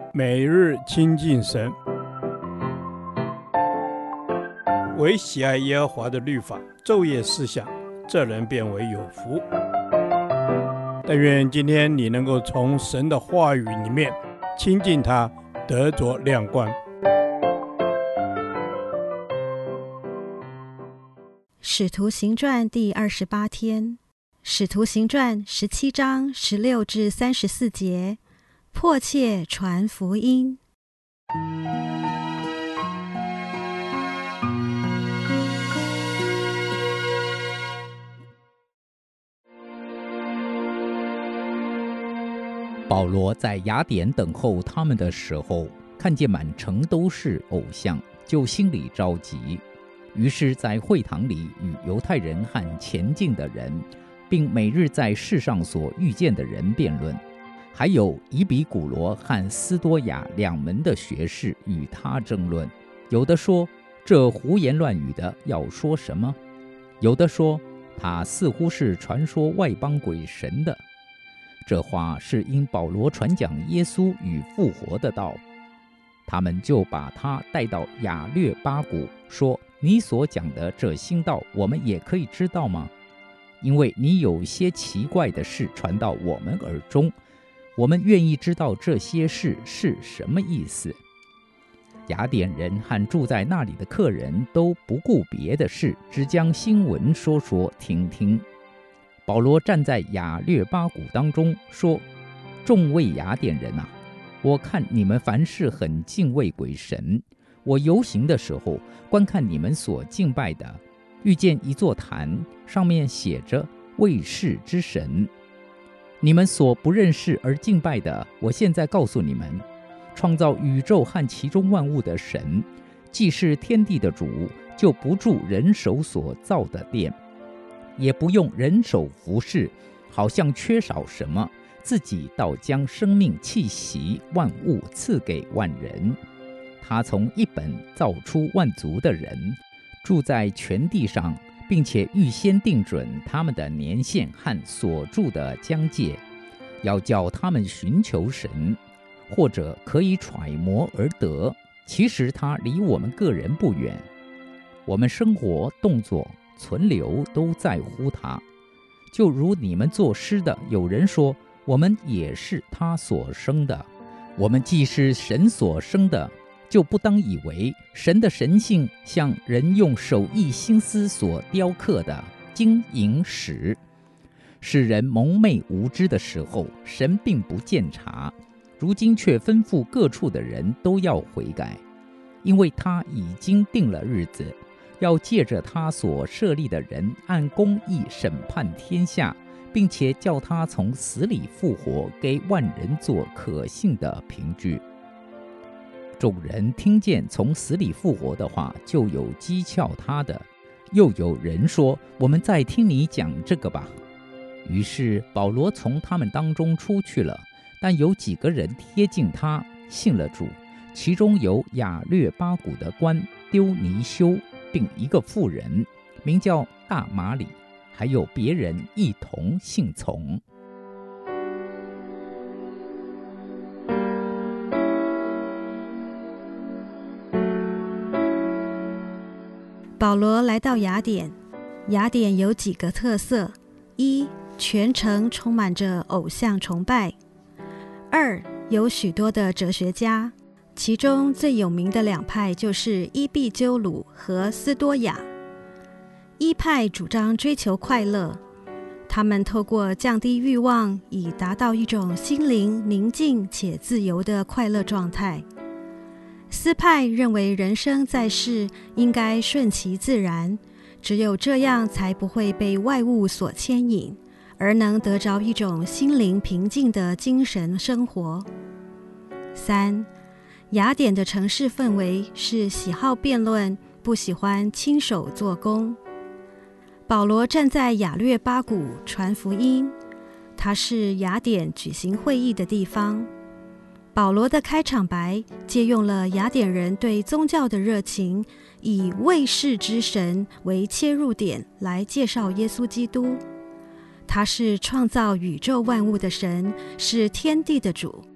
每日亲近神，唯喜爱耶和华的律法，昼夜思想，这人变为有福。但愿今天你能够从神的话语里面亲近他，得着亮光。 使徒行传第28天，使徒行传17章16至34节，迫切传福音。 保罗在雅典等候他们的时候，看见满城都是偶像，就心里着急。于是在会堂里与犹太人和前进的人，并每日在世上所遇见的人辩论，还有以比古罗和斯多亚两门的学士与他争论。有的说，这胡言乱语的要说什么？有的说，他似乎是传说外邦鬼神的。这话是因保罗传讲耶稣与复活的道。他们就把他带到亚略巴谷，说，你所讲的这新道，我们也可以知道吗？因为你有些奇怪的事传到我们耳中，我们愿意知道这些事是什么意思。雅典人和住在那里的客人都不顾别的事，只将新闻说听听。保罗站在亚略巴谷当中，说，众位雅典人啊，我看你们凡事很敬畏鬼神。我游行的时候，观看你们所敬拜的，遇见一座坛，上面写着卫士之神。你们所不认识而敬拜的，我现在告诉你们，创造宇宙和其中万物的神，既是天地的主，就不住人手所造的殿，也不用人手服侍，好像缺少什么，自己倒将生命气息万物赐给万人。他从一本造出万族的人，住在全地上，并且预先定准他们的年限和所住的疆界，要叫他们寻求神，或者可以揣摩而得。其实他离我们个人不远，我们生活、动作、存留都在乎他。就如你们作诗的，有人说，我们也是他所生的。我们既是神所生的，就不当以为神的神性像人用手艺心思所雕刻的金银石。使人蒙昧无知的时候，神并不鉴察，如今却吩咐各处的人都要悔改，因为他已经定了日子，要借着他所设立的人按公义审判天下，并且叫他从死里复活，给万人做可信的凭据。众人听见从死里复活的话，就有讥诮他的，又有人说，我们再听你讲这个吧。于是保罗从他们当中出去了，但有几个人贴近他，信了主，其中有亚略巴谷的官丢尼修，并一个妇人名叫大马里，还有别人一同信从。 保罗来到雅典，雅典有几个特色：一、全城充满着偶像崇拜；二、有许多的哲学家，其中最有名的两派就是伊壁鸠鲁和斯多亚。一派主张追求快乐，他们透过降低欲望，以达到一种心灵宁静且自由的快乐状态。斯派认为人生在世应该顺其自然，只有这样才不会被外物所牵引，而能得着一种心灵平静的精神生活。三、雅典的城市氛围是喜好辩论，不喜欢亲手做工。保罗站在亚略巴谷传福音，它是雅典举行会议的地方。保罗的开场白借用了雅典人对宗教的热情，以卫士之神为切入点来介绍耶稣基督。他是创造宇宙万物的神，是天地的主。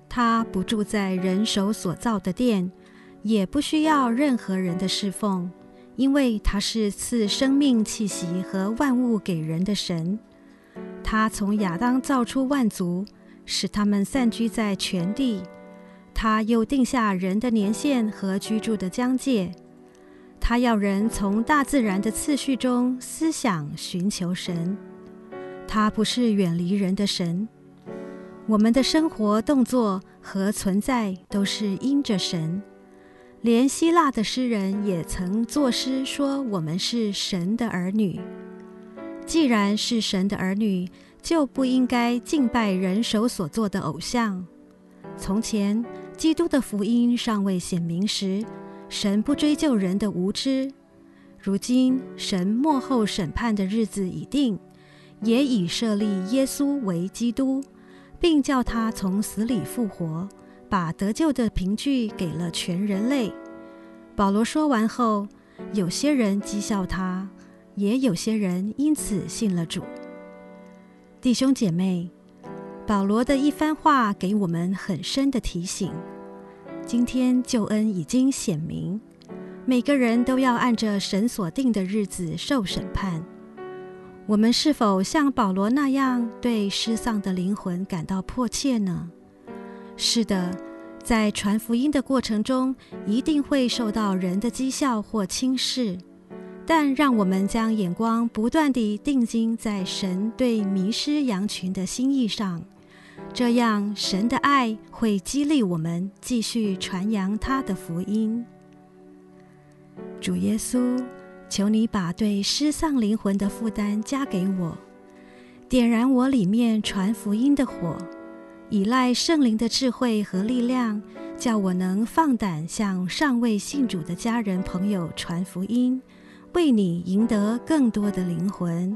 他不住在人手所造的殿，也不需要任何人的侍奉，因为他是赐生命气息和万物给人的神。他从亚当造出万族，使他们散居在全地。他又定下人的年限和居住的疆界。他要人从大自然的次序中思想寻求神。他不是远离人的神。我们的生活、动作和存在都是因着神。连希腊的诗人也曾作诗说我们是神的儿女。既然是神的儿女，就不应该敬拜人手所做的偶像。从前基督的福音尚未显明时，神不追究人的无知。如今神末后审判的日子已定，也已设立耶稣为基督，并叫他从死里复活，把得救的凭据给了全人类。保罗说完后，有些人讥笑他，也有些人因此信了主。弟兄姐妹，保罗的一番话给我们很深的提醒。今天救恩已经显明，每个人都要按着神所定的日子受审判。我们是否像保罗那样对失丧的灵魂感到迫切呢？是的，在传福音的过程中，一定会受到人的讥笑或轻视，但让我们将眼光不断地定睛在神对迷失羊群的心意上，这样神的爱会激励我们继续传扬他的福音。主耶稣，求你把对失丧灵魂的负担加给我，点燃我里面传福音的火，依赖圣灵的智慧和力量，叫我能放胆向尚未信主的家人朋友传福音，为你赢得更多的灵魂。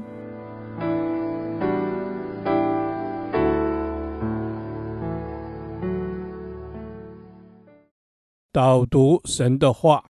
导读神的话。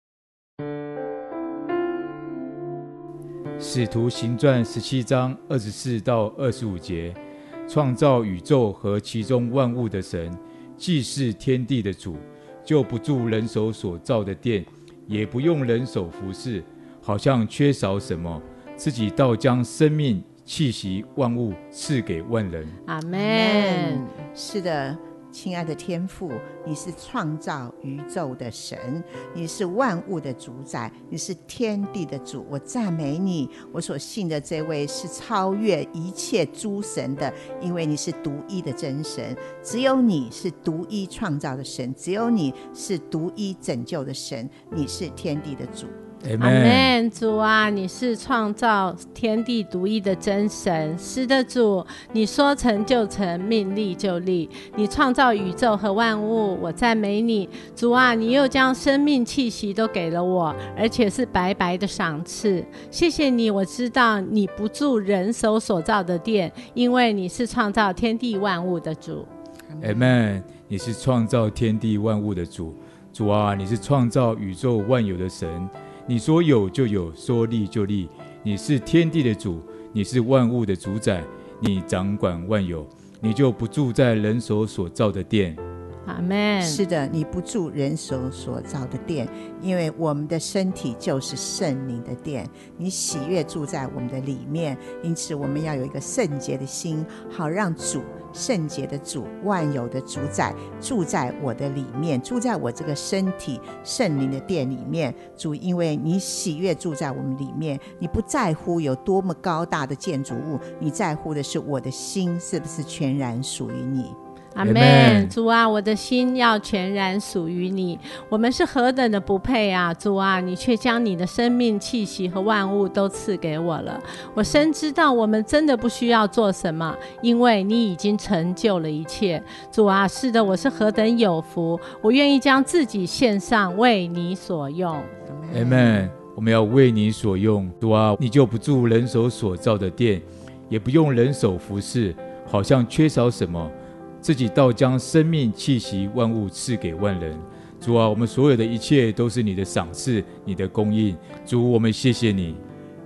使徒行传17章24到25节，创造宇宙和其中万物的神，既是天地的主，就不住人手所造的殿，也不用人手服侍，好像缺少什么，自己倒将生命气息万物赐给万人。 阿们。 是的，亲爱的天父，你是创造宇宙的神，你是万物的主宰，你是天地的主。我赞美你，我所信的这位是超越一切诸神的，因为你是独一的真神，只有你是独一创造的神，只有你是独一拯救的神，你是天地的主。 阿们。主啊，你是创造天地独一的真神。是的，主，你说成就成，命立就立，你创造宇宙和万物，我赞美你。主啊，你又将生命气息都给了我，而且是白白的赏赐。谢谢你，我知道你不住人手所造的殿，因为你是创造天地万物的主。 阿们。你是创造天地万物的主。主啊，你是创造宇宙万有的神，你说有就有，说立就立，你是天地的主，你是万物的主宰，你掌管万有，你就不住在人手所造的殿。 阿们。 是的，你不住人手所造的殿，因为我们的身体就是圣灵的殿，你喜悦住在我们的里面，因此我们要有一个圣洁的心，好让主，圣洁的主，万有的主宰住在我的里面，住在我这个身体圣灵的殿里面。主，因为你喜悦住在我们里面，你不在乎有多么高大的建筑物，你在乎的是我的心是不是全然属于你。 阿们。主啊，我的心要全然属于你。我们是何等的不配啊！主啊，你却将你的生命气息和万物都赐给我了。我深知道我们真的不需要做什么，因为你已经成就了一切。主啊，是的，我是何等有福，我愿意将自己献上，为你所用。 阿们。我们要为你所用。主啊，你就不住人手所造的殿，也不用人手服侍，好像缺少什么，自己倒将生命气息万物赐给万人。主啊，我们所有的一切都是你的赏赐，你的供应。主，我们谢谢你。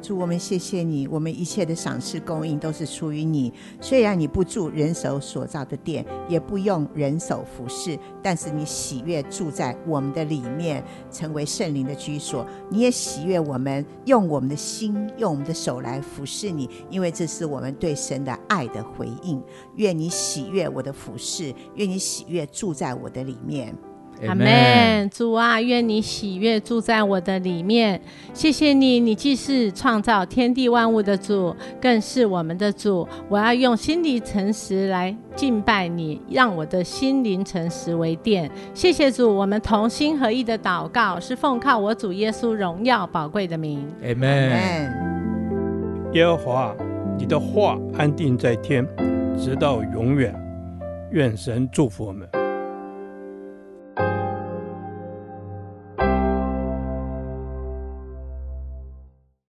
主，我们谢谢你，我们一切的赏赐供应都是出于你。虽然你不住人手所造的殿，也不用人手服侍，但是你喜悦住在我们的里面，成为圣灵的居所。你也喜悦我们用我们的心，用我们的手来服侍你，因为这是我们对神的爱的回应。愿你喜悦我的服侍，愿你喜悦住在我的里面。 阿们。主啊，愿你喜悦住在我的里面。谢谢你，你既是创造天地万物的主，更是我们的主。我要用心灵诚实来敬拜你，让我的心灵诚实为殿。谢谢主，我们同心合意的祷告是奉靠我主耶稣荣耀宝贵的名。 阿们。 耶和华，你的话安定在天，直到永远。愿神祝福我们。